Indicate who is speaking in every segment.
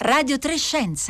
Speaker 1: Radio Trescenza.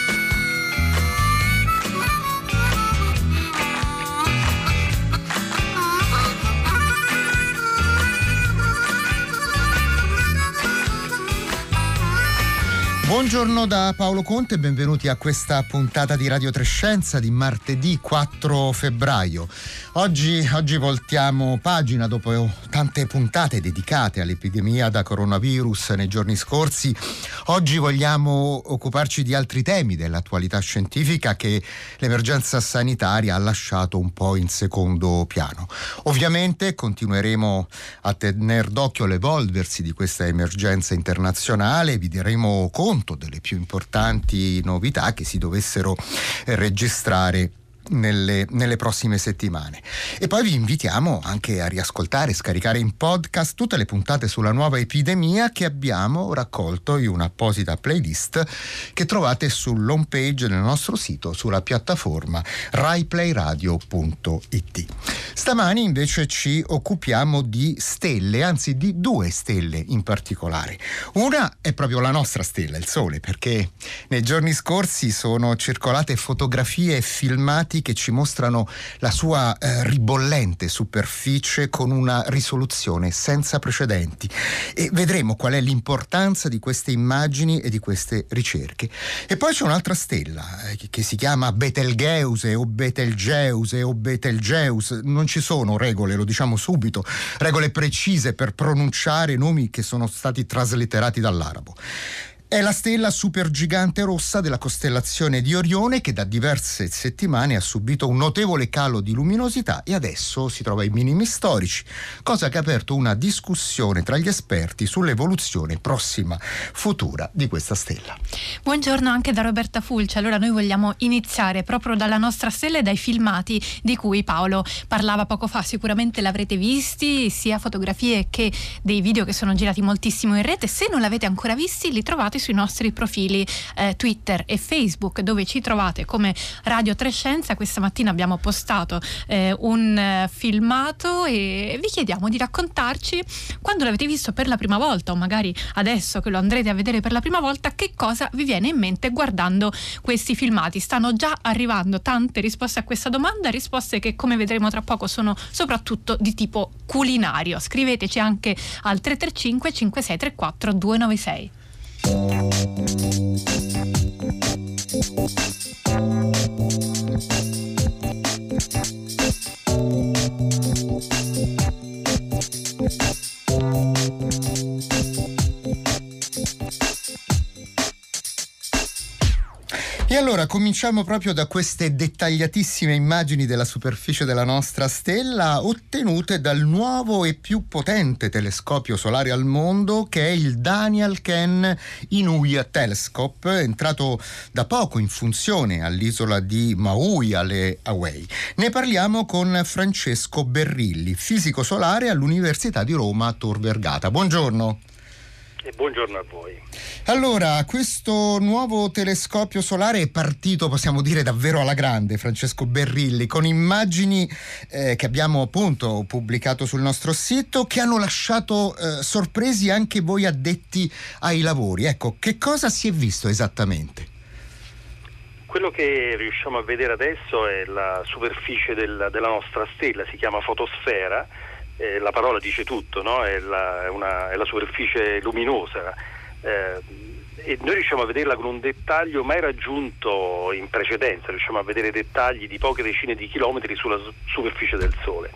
Speaker 2: Buongiorno da Paolo Conte e benvenuti a questa puntata di Radio Trescenza di martedì 4 febbraio. Oggi voltiamo pagina dopo tante puntate dedicate all'epidemia da coronavirus nei giorni scorsi. Oggi vogliamo occuparci di altri temi dell'attualità scientifica che l'emergenza sanitaria ha lasciato un po' in secondo piano. Ovviamente continueremo a tener d'occhio l'evolversi di questa emergenza internazionale, vi daremo conto delle più importanti novità che si dovessero registrare nelle prossime settimane. E poi vi invitiamo anche a riascoltare e scaricare in podcast tutte le puntate sulla nuova epidemia che abbiamo raccolto in un'apposita playlist che trovate sull'home page del nostro sito, sulla piattaforma raiplayradio.it. Stamani invece ci occupiamo di stelle, anzi di due stelle in particolare. Una è proprio la nostra stella, il Sole, perché nei giorni scorsi sono circolate fotografie e filmati che ci mostrano la sua ribollente superficie con una risoluzione senza precedenti, e vedremo qual è l'importanza di queste immagini e di queste ricerche. E poi c'è un'altra stella che si chiama Betelgeuse o Betelgeuse o Betelgeuse. Non ci sono regole, lo diciamo subito, regole precise per pronunciare nomi che sono stati traslitterati dall'arabo. È la stella supergigante rossa della costellazione di Orione che da diverse settimane ha subito un notevole calo di luminosità e adesso si trova ai minimi storici, cosa che ha aperto una discussione tra gli esperti sull'evoluzione prossima futura di questa stella.
Speaker 3: Buongiorno anche da Roberta Fulci. Allora noi vogliamo iniziare proprio dalla nostra stella e dai filmati di cui Paolo parlava poco fa. Sicuramente l'avrete visti, sia fotografie che dei video che sono girati moltissimo in rete. Se non l'avete ancora visti, li trovate sui nostri profili Twitter e Facebook, dove ci trovate come Radio Trescenza. Questa mattina abbiamo postato un filmato e vi chiediamo di raccontarci, quando l'avete visto per la prima volta o magari adesso che lo andrete a vedere per la prima volta, che cosa vi viene in mente guardando questi filmati. Stanno già arrivando tante risposte a questa domanda, risposte che, come vedremo tra poco, sono soprattutto di tipo culinario. Scriveteci anche al 335 5634 296.
Speaker 2: E allora cominciamo proprio da queste dettagliatissime immagini della superficie della nostra stella, ottenute dal nuovo e più potente telescopio solare al mondo, che è il Daniel Ken Inouye Telescope, entrato da poco in funzione all'isola di Maui, alle Hawaii. Ne parliamo con Francesco Berrilli, fisico solare all'Università di Roma Tor Vergata. Buongiorno.
Speaker 4: E buongiorno a voi.
Speaker 2: Allora, questo nuovo telescopio solare è partito, possiamo dire, davvero alla grande, Francesco Berrilli, con immagini che abbiamo appunto pubblicato sul nostro sito, che hanno lasciato sorpresi anche voi addetti ai lavori. Ecco, che cosa si è visto esattamente?
Speaker 4: Quello che riusciamo a vedere adesso è la superficie della nostra stella, si chiama fotosfera. La parola dice tutto, no? È la superficie luminosa, e noi riusciamo a vederla con un dettaglio mai raggiunto in precedenza. Riusciamo a vedere dettagli di poche decine di chilometri sulla superficie del Sole.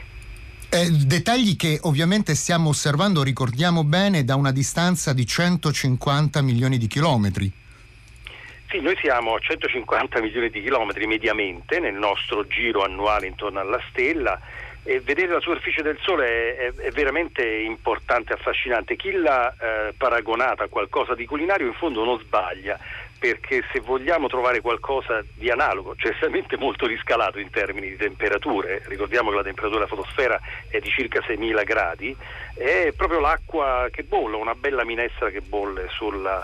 Speaker 2: Dettagli che ovviamente stiamo osservando, ricordiamo bene, da una distanza di 150 milioni di chilometri.
Speaker 4: Sì, noi siamo a 150 milioni di chilometri mediamente nel nostro giro annuale intorno alla stella, e vedere la superficie del Sole è veramente importante e affascinante. Chi l'ha paragonata a qualcosa di culinario in fondo non sbaglia, perché se vogliamo trovare qualcosa di analogo, certamente molto riscalato in termini di temperature, ricordiamo che la temperatura della fotosfera è di circa 6.000 gradi, è proprio l'acqua che bolle, una bella minestra che bolle sulla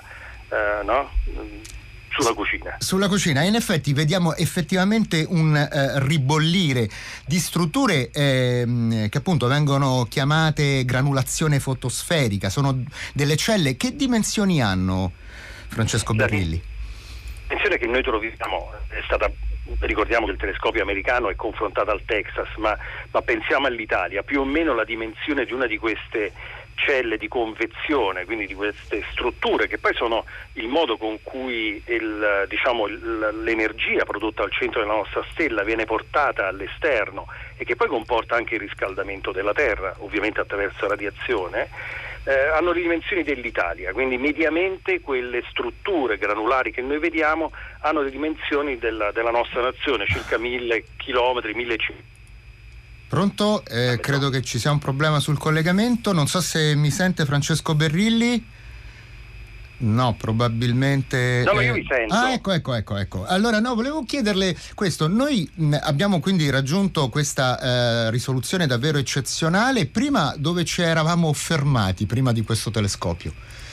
Speaker 4: cucina. Sulla cucina,
Speaker 2: e in effetti vediamo effettivamente un ribollire di strutture che appunto vengono chiamate granulazione fotosferica. Sono delle celle. Che dimensioni hanno, Francesco Berrilli.
Speaker 4: L'attenzione che noi troviamo è stata, ricordiamo che il telescopio americano è confrontato al Texas, ma pensiamo all'Italia, più o meno la dimensione di una di queste celle di convezione, quindi di queste strutture che poi sono il modo con cui l'energia prodotta al centro della nostra stella viene portata all'esterno e che poi comporta anche il riscaldamento della Terra, ovviamente attraverso radiazione, hanno le dimensioni dell'Italia, quindi mediamente quelle strutture granulari che noi vediamo hanno le dimensioni della nostra nazione, circa 1000 chilometri, 1500.
Speaker 2: Pronto? Credo che ci sia un problema sul collegamento. Non so se mi sente Francesco Berrilli. No, probabilmente.
Speaker 4: No, ma io vi sento.
Speaker 2: Ah, ecco. Allora, no, volevo chiederle questo. Noi abbiamo quindi raggiunto questa risoluzione davvero eccezionale. Prima dove ci eravamo fermati, prima di questo telescopio?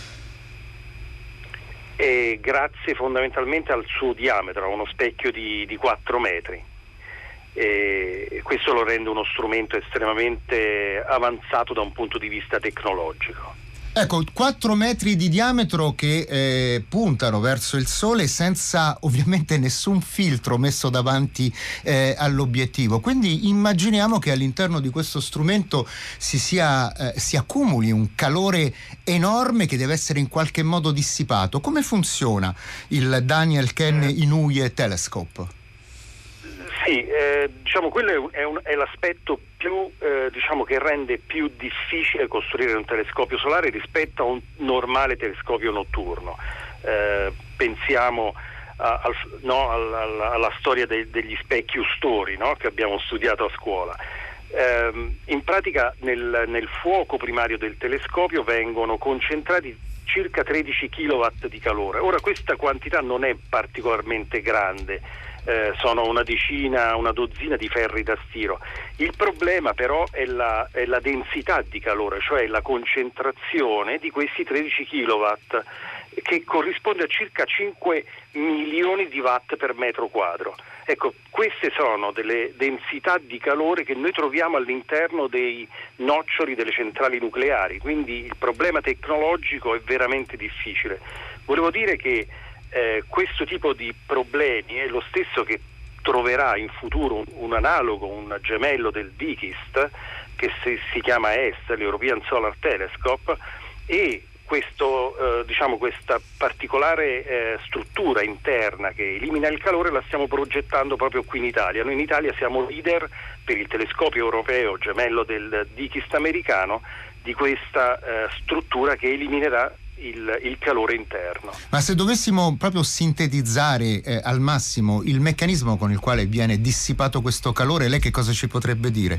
Speaker 4: Grazie fondamentalmente al suo diametro, a uno specchio di 4 metri. Questo lo rende uno strumento estremamente avanzato da un punto di vista tecnologico.
Speaker 2: Ecco, 4 metri di diametro che puntano verso il Sole senza ovviamente nessun filtro messo davanti all'obiettivo. Quindi immaginiamo che all'interno di questo strumento si accumuli un calore enorme che deve essere in qualche modo dissipato. Come funziona il Daniel Ken Inouye Telescope?
Speaker 4: Sì, quello è l'aspetto più che rende più difficile costruire un telescopio solare rispetto a un normale telescopio notturno. Pensiamo alla storia degli specchi Ustori, no? Che abbiamo studiato a scuola. In pratica nel fuoco primario del telescopio vengono concentrati circa 13 kW di calore. Ora questa quantità non è particolarmente grande. Sono una dozzina di ferri da stiro. Il problema però è la densità di calore, cioè la concentrazione di questi 13 kW che corrisponde a circa 5 milioni di watt per metro quadro. Ecco, queste sono delle densità di calore che noi troviamo all'interno dei noccioli delle centrali nucleari, quindi il problema tecnologico è veramente difficile. Volevo dire che questo tipo di problemi è lo stesso che troverà in futuro un analogo, un gemello del DKIST che si chiama EST, l'European Solar Telescope, e questa particolare struttura interna che elimina il calore la stiamo progettando proprio qui in Italia. Noi in Italia siamo leader per il telescopio europeo gemello del DKIST americano di questa struttura che eliminerà il calore interno.
Speaker 2: Ma se dovessimo proprio sintetizzare al massimo il meccanismo con il quale viene dissipato questo calore, lei che cosa ci potrebbe dire?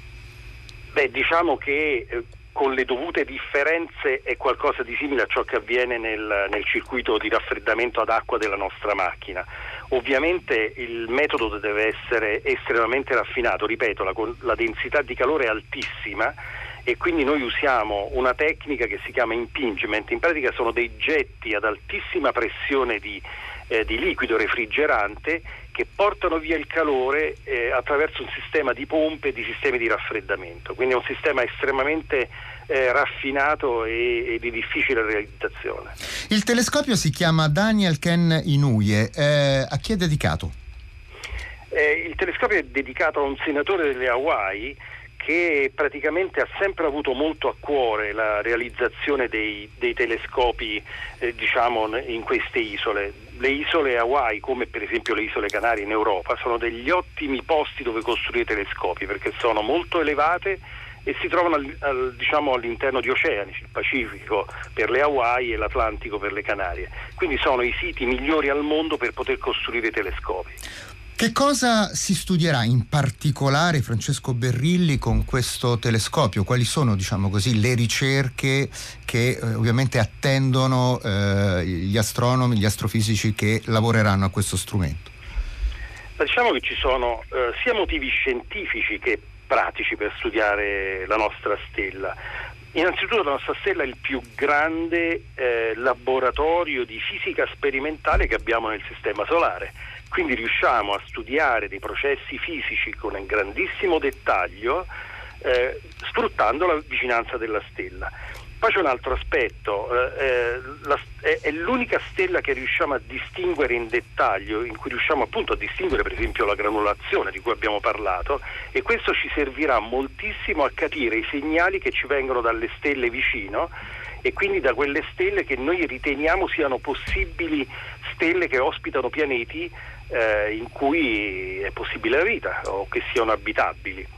Speaker 4: Diciamo che con le dovute differenze è qualcosa di simile a ciò che avviene nel circuito di raffreddamento ad acqua della nostra macchina. Ovviamente il metodo deve essere estremamente raffinato, ripeto, la densità di calore è altissima e quindi noi usiamo una tecnica che si chiama impingement. In pratica sono dei getti ad altissima pressione di liquido refrigerante che portano via il calore attraverso un sistema di pompe e di sistemi di raffreddamento, quindi è un sistema estremamente raffinato e di difficile realizzazione.
Speaker 2: Il telescopio si chiama Daniel Ken Inouye, a chi è dedicato?
Speaker 4: Il telescopio è dedicato a un senatore delle Hawaii che praticamente ha sempre avuto molto a cuore la realizzazione dei telescopi in queste isole. Le isole Hawaii, come per esempio le isole Canarie in Europa, sono degli ottimi posti dove costruire telescopi perché sono molto elevate e si trovano all'interno di oceani, il Pacifico per le Hawaii e l'Atlantico per le Canarie. Quindi sono i siti migliori al mondo per poter costruire telescopi.
Speaker 2: Che cosa si studierà in particolare, Francesco Berrilli, con questo telescopio? Quali sono, le ricerche che ovviamente attendono gli astronomi, gli astrofisici che lavoreranno a questo strumento?
Speaker 4: Diciamo che ci sono sia motivi scientifici che pratici per studiare la nostra stella. Innanzitutto la nostra stella è il più grande laboratorio di fisica sperimentale che abbiamo nel Sistema Solare. Quindi riusciamo a studiare dei processi fisici con un grandissimo dettaglio sfruttando la vicinanza della stella. Poi c'è un altro aspetto, è l'unica stella che riusciamo a distinguere in dettaglio, in cui riusciamo appunto a distinguere per esempio la granulazione di cui abbiamo parlato, e questo ci servirà moltissimo a capire i segnali che ci vengono dalle stelle vicino, e quindi da quelle stelle che noi riteniamo siano possibili stelle che ospitano pianeti in cui è possibile la vita o che siano abitabili.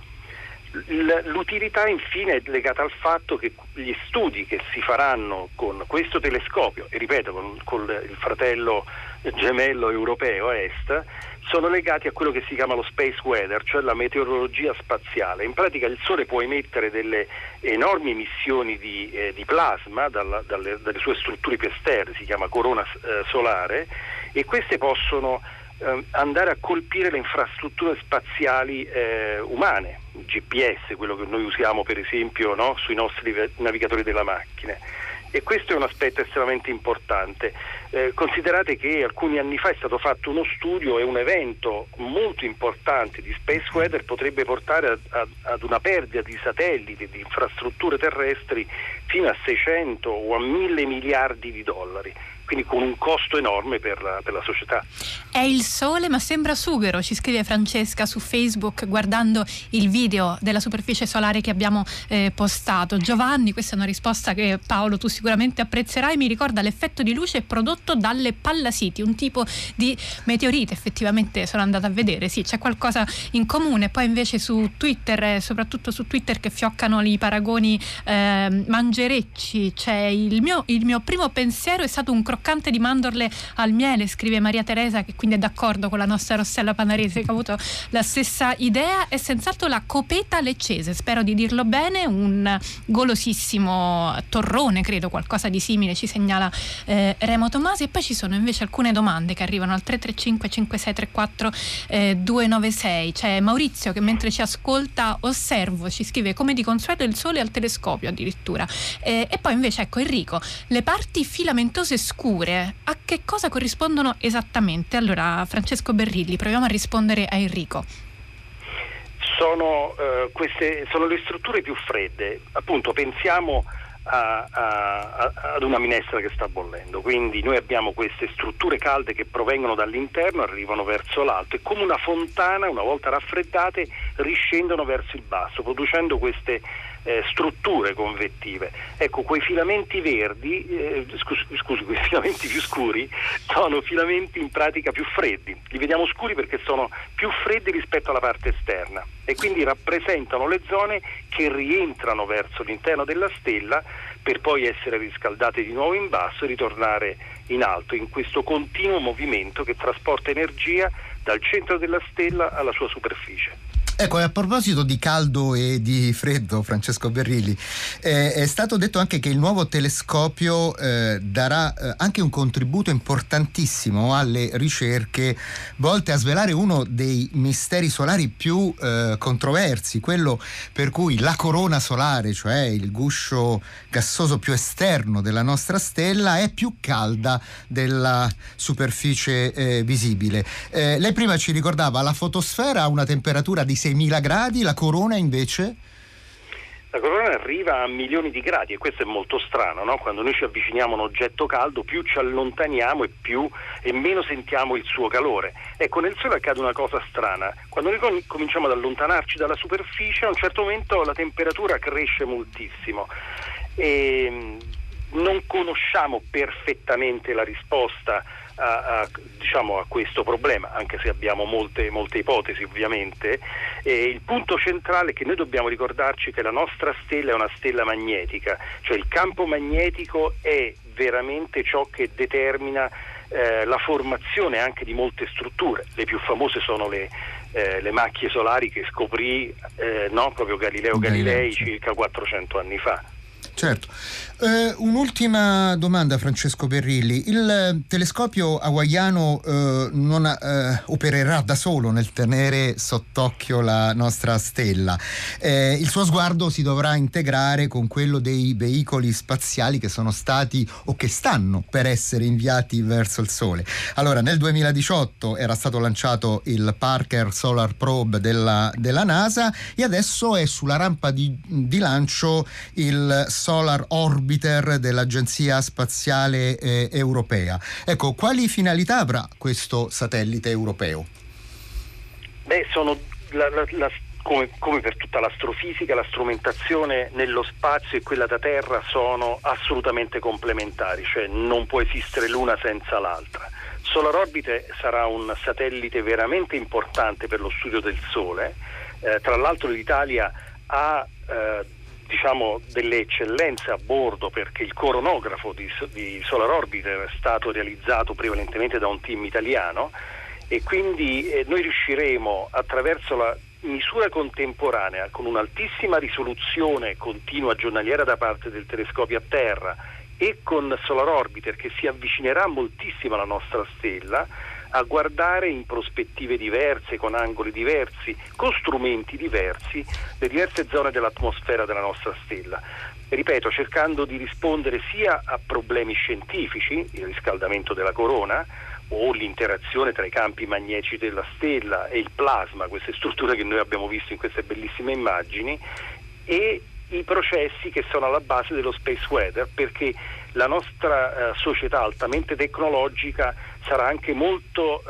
Speaker 4: L'utilità infine è legata al fatto che gli studi che si faranno con questo telescopio, e ripeto con il fratello gemello europeo EST, sono legati a quello che si chiama lo space weather, cioè la meteorologia spaziale. In pratica il Sole può emettere delle enormi emissioni di plasma dalle sue strutture più esterne, si chiama corona solare, e queste possono andare a colpire le infrastrutture spaziali umane, GPS, quello che noi usiamo per esempio, no? Sui nostri navigatori della macchina. E questo è un aspetto estremamente importante. Considerate che alcuni anni fa è stato fatto uno studio, e un evento molto importante di space weather potrebbe portare ad una perdita di satelliti, di infrastrutture terrestri fino a 600 o a 1.000 miliardi di dollari. Quindi con un costo enorme per la società.
Speaker 3: È il Sole ma sembra sughero, ci scrive Francesca su Facebook guardando il video della superficie solare che abbiamo postato. Giovanni, questa è una risposta che Paolo tu sicuramente apprezzerai, mi ricorda l'effetto di luce prodotto dalle pallasiti, un tipo di meteorite. Effettivamente sono andata a vedere, sì, c'è qualcosa in comune. Poi invece su Twitter, soprattutto su Twitter, che fioccano i paragoni mangerecci, c'è il mio primo pensiero è stato un croccante di mandorle al miele, scrive Maria Teresa, che quindi è d'accordo con la nostra Rossella Panarese, che ha avuto la stessa idea. È senz'altro la copeta leccese, spero di dirlo bene, un golosissimo torrone, credo, qualcosa di simile, ci segnala Remo Tomasi. E poi ci sono invece alcune domande che arrivano al 335 5634 296. C'è Maurizio che mentre ci ascolta osservo, ci scrive come di consueto il Sole al telescopio addirittura. E poi invece ecco Enrico, le parti filamentose scure a che cosa corrispondono esattamente? Allora Francesco Berrilli, proviamo a rispondere a Enrico.
Speaker 4: Sono le strutture più fredde, appunto pensiamo ad una minestra che sta bollendo, quindi noi abbiamo queste strutture calde che provengono dall'interno, arrivano verso l'alto e come una fontana, una volta raffreddate, riscendono verso il basso, producendo queste strutture convettive. Ecco, quei filamenti verdi, quei filamenti più scuri sono filamenti in pratica più freddi. Li vediamo scuri perché sono più freddi rispetto alla parte esterna e quindi rappresentano le zone che rientrano verso l'interno della stella per poi essere riscaldate di nuovo in basso e ritornare in alto, in questo continuo movimento che trasporta energia dal centro della stella alla sua superficie.
Speaker 2: Ecco, a proposito di caldo e di freddo, Francesco Berrilli, è stato detto anche che il nuovo telescopio darà anche un contributo importantissimo alle ricerche volte a svelare uno dei misteri solari più controversi, quello per cui la corona solare, cioè il guscio gassoso più esterno della nostra stella, è più calda della superficie visibile. Lei prima ci ricordava la fotosfera ha una temperatura di 6.000 gradi, la corona invece?
Speaker 4: La corona arriva a milioni di gradi e questo è molto strano, no? Quando noi ci avviciniamo a un oggetto caldo, più ci allontaniamo e meno sentiamo il suo calore. Ecco, nel Sole accade una cosa strana. Quando noi cominciamo ad allontanarci dalla superficie, a un certo momento la temperatura cresce moltissimo e non conosciamo perfettamente la risposta a questo problema, anche se abbiamo molte ipotesi ovviamente. Il punto centrale è che noi dobbiamo ricordarci che la nostra stella è una stella magnetica, cioè il campo magnetico è veramente ciò che determina la formazione anche di molte strutture. Le più famose sono le macchie solari che scoprì proprio Galileo Galilei circa 400 anni fa.
Speaker 2: Certo. Un'ultima domanda, Francesco Berrilli. Il telescopio hawaiano non opererà da solo nel tenere sott'occhio la nostra stella. Il suo sguardo si dovrà integrare con quello dei veicoli spaziali che sono stati o che stanno per essere inviati verso il Sole. Allora, nel 2018 era stato lanciato il Parker Solar Probe della NASA e adesso è sulla rampa di lancio il Solar Orbiter Orbiter dell'Agenzia Spaziale Europea. Ecco, quali finalità avrà questo satellite europeo?
Speaker 4: Sono come per tutta l'astrofisica, la strumentazione nello spazio e quella da terra sono assolutamente complementari, cioè non può esistere l'una senza l'altra. Solar Orbiter sarà un satellite veramente importante per lo studio del Sole. Tra l'altro l'Italia ha delle eccellenze a bordo, perché il coronografo di Solar Orbiter è stato realizzato prevalentemente da un team italiano, e quindi noi riusciremo, attraverso la misura contemporanea con un'altissima risoluzione continua giornaliera da parte del telescopio a terra e con Solar Orbiter che si avvicinerà moltissimo alla nostra stella, a guardare in prospettive diverse, con angoli diversi, con strumenti diversi, le diverse zone dell'atmosfera della nostra stella. Ripeto, cercando di rispondere sia a problemi scientifici, il riscaldamento della corona, o l'interazione tra i campi magnetici della stella e il plasma, queste strutture che noi abbiamo visto in queste bellissime immagini, e i processi che sono alla base dello space weather, perché la nostra società altamente tecnologica sarà anche molto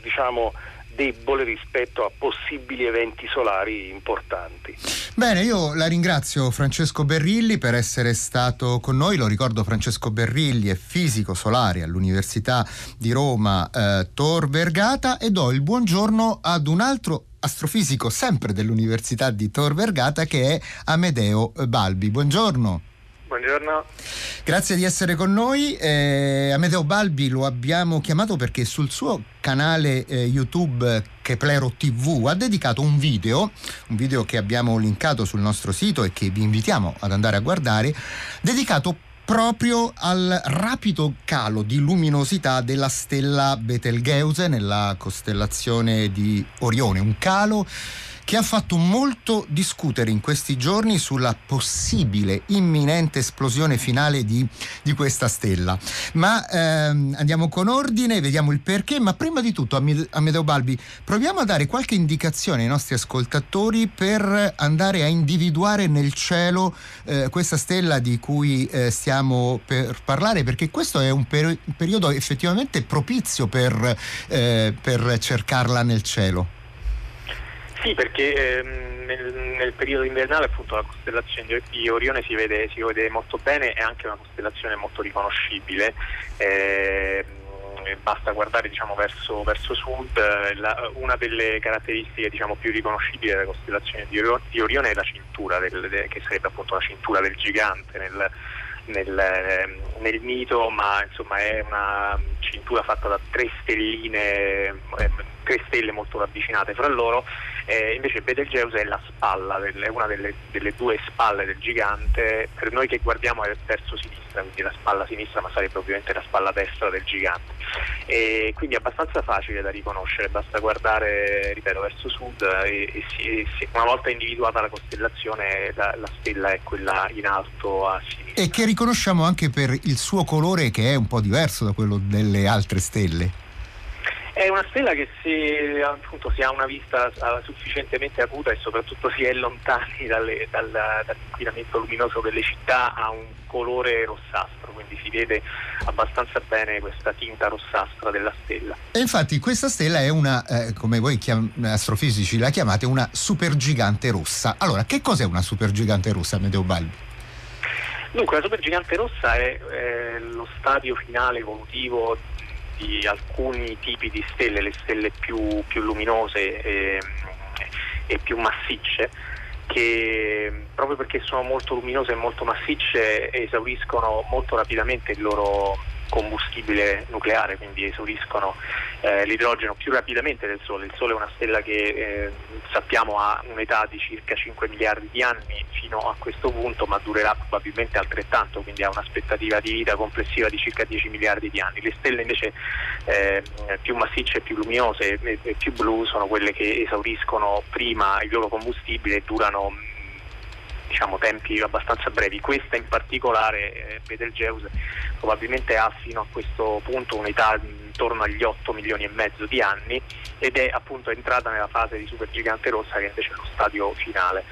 Speaker 4: debole rispetto a possibili eventi solari importanti.
Speaker 2: Bene, io la ringrazio Francesco Berrilli per essere stato con noi. Lo ricordo, Francesco Berrilli è fisico solare all'Università di Roma Tor Vergata, e do il buongiorno ad un altro astrofisico sempre dell'Università di Tor Vergata, che è Amedeo Balbi. Buongiorno.
Speaker 1: Buongiorno.
Speaker 2: Grazie di essere con noi. Amedeo Balbi lo abbiamo chiamato perché sul suo canale YouTube Keplero TV ha dedicato un video che abbiamo linkato sul nostro sito e che vi invitiamo ad andare a guardare, dedicato proprio al rapido calo di luminosità della stella Betelgeuse nella costellazione di Orione, un calo che ha fatto molto discutere in questi giorni sulla possibile imminente esplosione finale di questa stella. Ma andiamo con ordine, vediamo il perché, ma prima di tutto, Amedeo Balbi, proviamo a dare qualche indicazione ai nostri ascoltatori per andare a individuare nel cielo questa stella di cui stiamo per parlare, perché questo è un periodo effettivamente propizio per cercarla nel cielo.
Speaker 1: Sì, perché nel periodo invernale appunto la costellazione di Orione si vede molto bene, è anche una costellazione molto riconoscibile. Basta guardare verso sud. Una delle caratteristiche più riconoscibili della costellazione di Orione è la cintura che sarebbe appunto la cintura del gigante nel mito, ma insomma è una cintura fatta da tre stelle molto ravvicinate fra loro. Invece Betelgeuse è la spalla, è una delle due spalle del gigante. Per noi che guardiamo è verso sinistra, quindi la spalla sinistra, ma sarebbe ovviamente la spalla destra del gigante, e quindi è abbastanza facile da riconoscere. Basta guardare, ripeto, verso sud e una volta individuata la costellazione la stella è quella in alto a sinistra,
Speaker 2: e che riconosciamo anche per il suo colore, che è un po' diverso da quello delle altre stelle.
Speaker 1: È una stella che se appunto si ha una vista sufficientemente acuta e soprattutto si è lontani dall'inquinamento luminoso delle città, ha un colore rossastro, quindi si vede abbastanza bene questa tinta rossastra della stella. E
Speaker 2: infatti questa stella è una, come voi astrofisici la chiamate, una supergigante rossa. Allora, che cos'è una supergigante rossa, Amedeo Balbi?
Speaker 1: Dunque, la supergigante rossa è lo stadio finale evolutivo di alcuni tipi di stelle, le stelle più luminose e più massicce, che proprio perché sono molto luminose e molto massicce esauriscono molto rapidamente il loro combustibile nucleare, quindi esauriscono l'idrogeno più rapidamente del Sole. Il Sole è una stella che sappiamo ha un'età di circa 5 miliardi di anni fino a questo punto, ma durerà probabilmente altrettanto, quindi ha un'aspettativa di vita complessiva di circa 10 miliardi di anni. Le stelle invece più massicce, più luminose e più blu sono quelle che esauriscono prima il loro combustibile e durano tempi abbastanza brevi. Questa in particolare, Betelgeuse, probabilmente ha fino a questo punto un'età intorno agli 8 milioni e mezzo di anni ed è appunto entrata nella fase di supergigante rossa, che invece è lo stadio finale.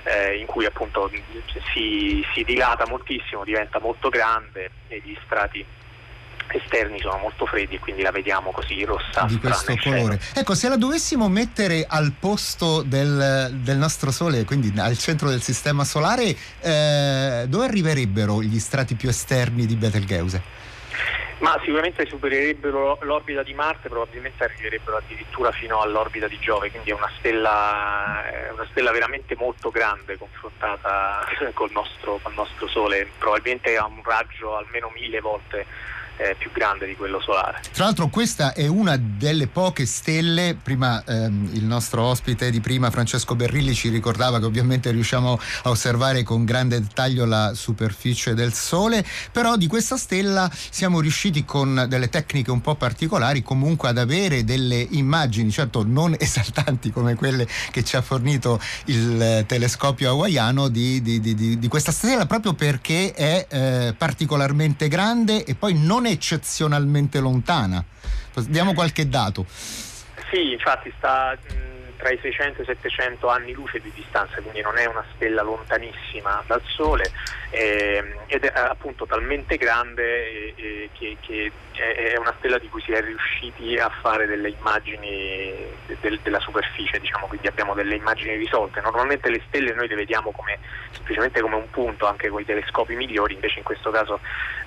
Speaker 1: in cui appunto si dilata moltissimo, diventa molto grande e gli strati esterni sono molto freddi e quindi la vediamo così rossa
Speaker 2: di questo colore. Ecco, se la dovessimo mettere al posto del nostro Sole, quindi al centro del sistema solare, dove arriverebbero gli strati più esterni di Betelgeuse?
Speaker 1: Ma sicuramente supererebbero l'orbita di Marte, probabilmente arriverebbero addirittura fino all'orbita di Giove, quindi è una stella veramente molto grande confrontata col nostro Sole, probabilmente ha un raggio almeno 1000 volte più grande di quello solare.
Speaker 2: Tra l'altro questa è una delle poche stelle, prima il nostro ospite di prima Francesco Berrilli ci ricordava che ovviamente riusciamo a osservare con grande dettaglio la superficie del Sole, però di questa stella siamo riusciti con delle tecniche un po' particolari comunque ad avere delle immagini, certo non esaltanti come quelle che ci ha fornito il telescopio hawaiano di questa stella, proprio perché è particolarmente grande e poi non eccezionalmente lontana. Diamo qualche dato.
Speaker 1: Sì, infatti sta tra i 600 e i 700 anni luce di distanza, quindi non è una stella lontanissima dal Sole, ed è appunto talmente grande che è una stella di cui si è riusciti a fare delle immagini della superficie, diciamo, quindi abbiamo delle immagini risolte. Normalmente le stelle noi le vediamo semplicemente come un punto, anche con i telescopi migliori, invece in questo caso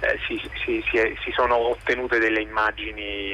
Speaker 1: si sono ottenute delle immagini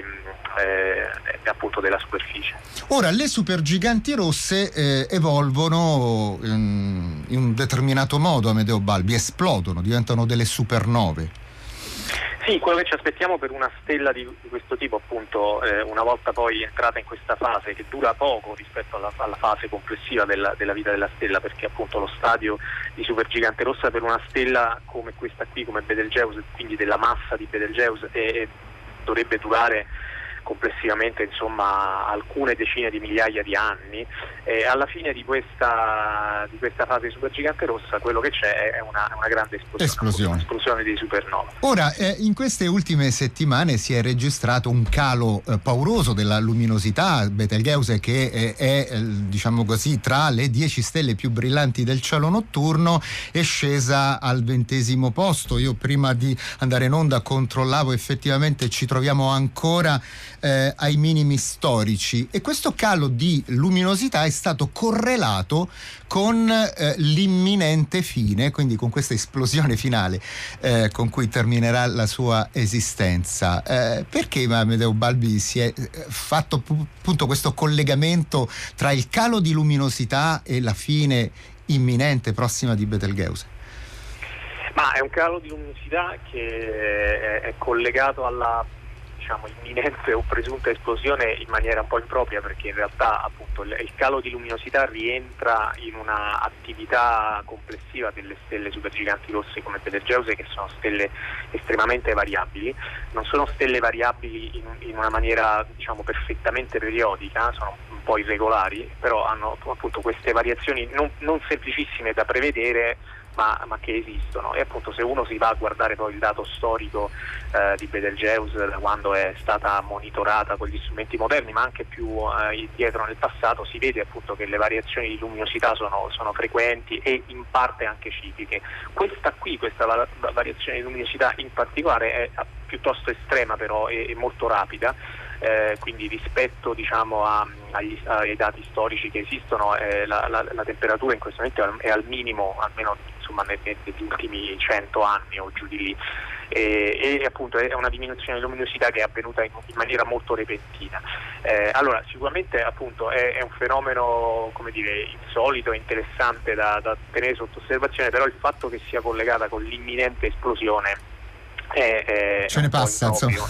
Speaker 1: appunto della superficie.
Speaker 2: Ora, le supergiganti rosse evolvono in un determinato modo, Amedeo Balbi, esplodono, diventano delle supernove.
Speaker 1: Sì, quello che ci aspettiamo per una stella di questo tipo, appunto, una volta poi entrata in questa fase, che dura poco rispetto alla fase complessiva della vita della stella, perché appunto lo stadio di supergigante rossa per una stella come questa qui, come Betelgeuse, quindi della massa di Betelgeuse, dovrebbe durare complessivamente insomma alcune decine di migliaia di anni. Alla fine di questa fase supergigante rossa quello che c'è è una grande esplosione di supernova.
Speaker 2: Ora, in queste ultime settimane si è registrato un calo pauroso della luminosità. Betelgeuse, che è diciamo così tra le 10 stelle più brillanti del cielo notturno, è scesa al 20° posto. Io prima di andare in onda controllavo, effettivamente ci troviamo ancora ai minimi storici, e questo calo di luminosità è stato correlato con l'imminente fine, quindi con questa esplosione finale con cui terminerà la sua esistenza. Perché, Amedeo Balbi, si è fatto appunto questo collegamento tra il calo di luminosità e la fine imminente prossima di Betelgeuse?
Speaker 1: Ma è un calo di luminosità che è collegato alla imminente o presunta esplosione in maniera un po' impropria, perché in realtà appunto il calo di luminosità rientra in una attività complessiva delle stelle supergiganti rosse come Betelgeuse, che sono stelle estremamente variabili. Non sono stelle variabili in una maniera perfettamente periodica, sono un po' irregolari, però hanno appunto queste variazioni non semplicissime da prevedere, ma che esistono. E appunto se uno si va a guardare poi il dato storico di Betelgeuse, da quando è stata monitorata con gli strumenti moderni, ma anche più indietro nel passato, si vede appunto che le variazioni di luminosità sono frequenti e in parte anche cicliche. Questa variazione di luminosità in particolare è piuttosto estrema, però è molto rapida. Quindi rispetto ai dati storici che esistono, la temperatura in questo momento è al minimo, almeno negli ultimi 100 anni o giù di lì, e appunto è una diminuzione di luminosità che è avvenuta in maniera molto repentina. Allora sicuramente appunto è un fenomeno insolito e interessante da tenere sotto osservazione, però il fatto che sia collegata con l'imminente esplosione
Speaker 2: ce ne passa,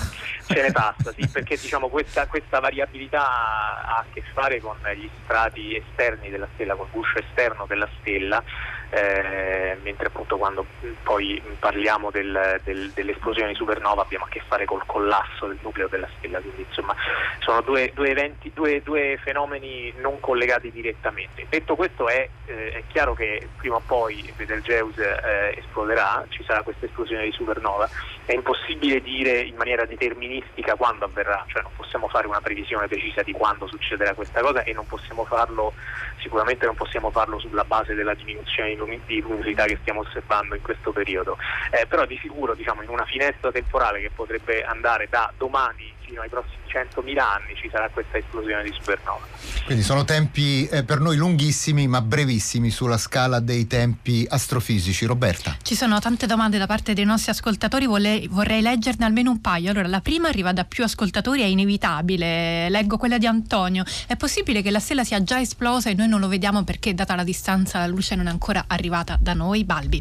Speaker 1: sì, perché questa variabilità ha a che fare con gli strati esterni della stella, col guscio esterno della stella, mentre appunto quando poi parliamo dell'esplosione di supernova abbiamo a che fare col collasso del nucleo della stella, quindi insomma sono due eventi, due fenomeni non collegati direttamente. Detto questo è chiaro che prima o poi Betelgeuse esploderà, ci sarà questa esplosione di supernova, è impossibile dire in maniera deterministica quando avverrà, cioè non possiamo fare una previsione precisa di quando succederà questa cosa, e non possiamo farlo, sicuramente non possiamo farlo sulla base della diminuzione di luminosità che stiamo osservando in questo periodo, però di sicuro in una finestra temporale che potrebbe andare da domani fino ai prossimi 100.000 anni ci sarà questa esplosione di supernova.
Speaker 2: Quindi sono tempi per noi lunghissimi ma brevissimi sulla scala dei tempi astrofisici. Roberta?
Speaker 3: Ci sono tante domande da parte dei nostri ascoltatori, vorrei leggerne almeno un paio. Allora, la prima arriva da più ascoltatori, è inevitabile, leggo quella di Antonio. È possibile che la stella sia già esplosa e noi non lo vediamo perché data la distanza la luce non è ancora arrivata da noi? Balbi?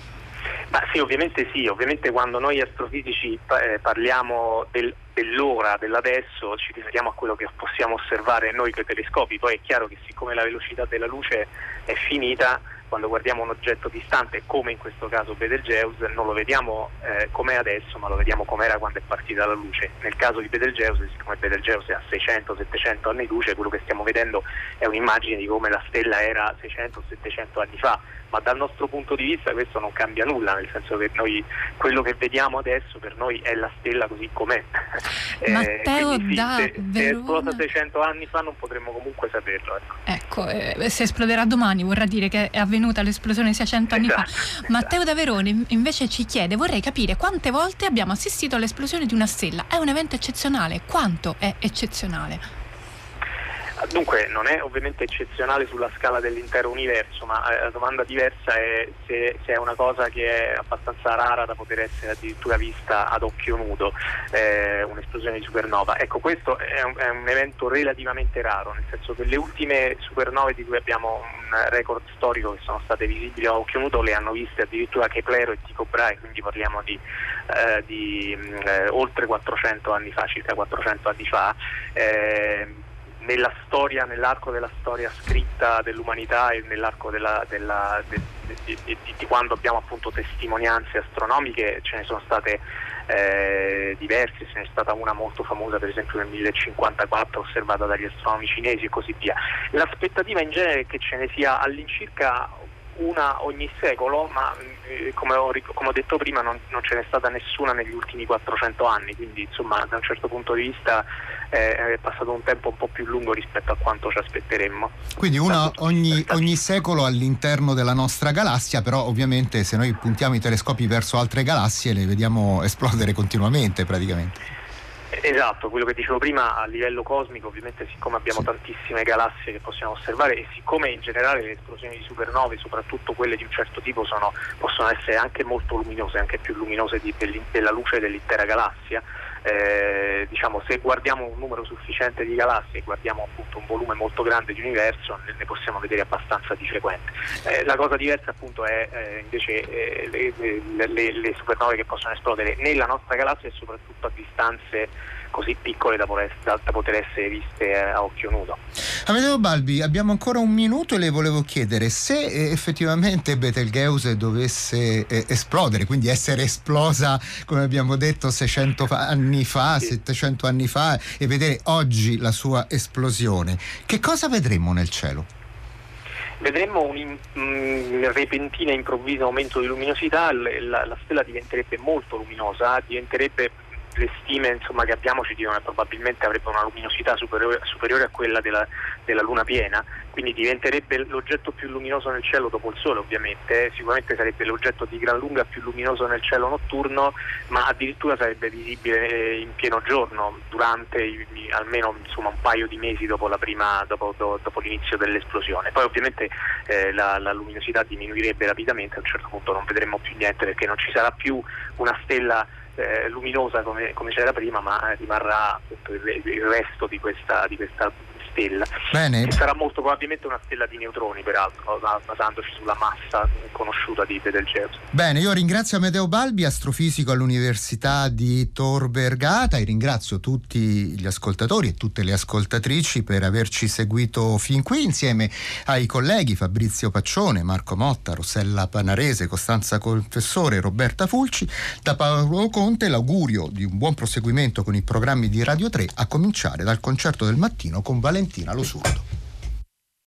Speaker 1: Ma sì, ovviamente quando noi astrofisici parliamo dell'ora, dell'adesso, ci riferiamo a quello che possiamo osservare noi con i telescopi. Poi è chiaro che siccome la velocità della luce è finita, quando guardiamo un oggetto distante, come in questo caso Betelgeuse, non lo vediamo com'è adesso, ma lo vediamo com'era quando è partita la luce. Nel caso di Betelgeuse, siccome Betelgeuse ha 600-700 anni luce, quello che stiamo vedendo è un'immagine di come la stella era 600-700 anni fa, ma dal nostro punto di vista questo non cambia nulla, nel senso che noi quello che vediamo adesso per noi è la stella così com'è.
Speaker 3: Matteo
Speaker 1: se è esplosa 600 anni fa non potremmo comunque saperlo.
Speaker 3: Ecco, se esploderà domani vorrà dire che è avvenuta l'esplosione 600 anni fa. Matteo da Verone invece ci chiede: vorrei capire quante volte abbiamo assistito all'esplosione di una stella. È un evento eccezionale? Quanto è eccezionale?
Speaker 1: Dunque non è ovviamente eccezionale sulla scala dell'intero universo, ma la domanda diversa è se è una cosa che è abbastanza rara da poter essere addirittura vista ad occhio nudo, un'esplosione di supernova. Ecco, questo è un evento relativamente raro, nel senso che le ultime supernove di cui abbiamo un record storico che sono state visibili a occhio nudo le hanno viste addirittura Keplero e Tycho Brahe, quindi parliamo di oltre 400 anni fa, circa 400 anni fa. Nella storia, nell'arco della storia scritta dell'umanità e nell'arco di quando abbiamo appunto testimonianze astronomiche, ce ne sono state diverse, ce n'è stata una molto famosa per esempio nel 1054 osservata dagli astronomi cinesi e così via. L'aspettativa in genere è che ce ne sia all'incirca una ogni secolo, ma come ho detto prima non ce n'è stata nessuna negli ultimi 400 anni, quindi insomma da un certo punto di vista è passato un tempo un po' più lungo rispetto a quanto ci aspetteremmo.
Speaker 2: Quindi una ogni secolo all'interno della nostra galassia, però ovviamente se noi puntiamo i telescopi verso altre galassie le vediamo esplodere continuamente praticamente.
Speaker 1: Esatto, quello che dicevo prima, a livello cosmico ovviamente siccome abbiamo tantissime galassie che possiamo osservare e siccome in generale le esplosioni di supernove, soprattutto quelle di un certo tipo, possono essere anche molto luminose, anche più luminose della luce dell'intera galassia, se guardiamo un numero sufficiente di galassie, guardiamo appunto un volume molto grande di universo, ne possiamo vedere abbastanza di frequente. La cosa diversa appunto è invece le supernove che possono esplodere nella nostra galassia e soprattutto a distanze così piccole da poter essere viste a occhio nudo.
Speaker 2: Amedeo Balbi, abbiamo ancora un minuto e le volevo chiedere se effettivamente Betelgeuse dovesse esplodere, quindi essere esplosa come abbiamo detto 600 anni fa, sì. 700 anni fa, e vedere oggi la sua esplosione, che cosa vedremmo nel cielo?
Speaker 1: Vedremmo un repentino e improvviso aumento di luminosità, la stella diventerebbe molto luminosa, le stime che abbiamo ci dicono che probabilmente avrebbe una luminosità superiore a quella della luna piena, quindi diventerebbe l'oggetto più luminoso nel cielo dopo il Sole ovviamente, sicuramente sarebbe l'oggetto di gran lunga più luminoso nel cielo notturno, ma addirittura sarebbe visibile in pieno giorno durante almeno un paio di mesi dopo l'inizio dell'esplosione. Poi ovviamente la luminosità diminuirebbe rapidamente, a un certo punto non vedremo più niente perché non ci sarà più una stella luminosa come c'era prima, ma rimarrà appunto il resto di questa stella.
Speaker 2: Bene.
Speaker 1: Che sarà molto probabilmente una stella di neutroni, peraltro, basandoci sulla massa conosciuta di Betelgeuse.
Speaker 2: Bene, io ringrazio Amedeo Balbi, astrofisico all'Università di Tor Vergata, e ringrazio tutti gli ascoltatori e tutte le ascoltatrici per averci seguito fin qui, insieme ai colleghi Fabrizio Paccione, Marco Motta, Rossella Panarese, Costanza Confessore e Roberta Fulci. Da Paolo Conte l'augurio di un buon proseguimento con i programmi di Radio 3, a cominciare dal concerto del mattino con Valentina Lo Surdo.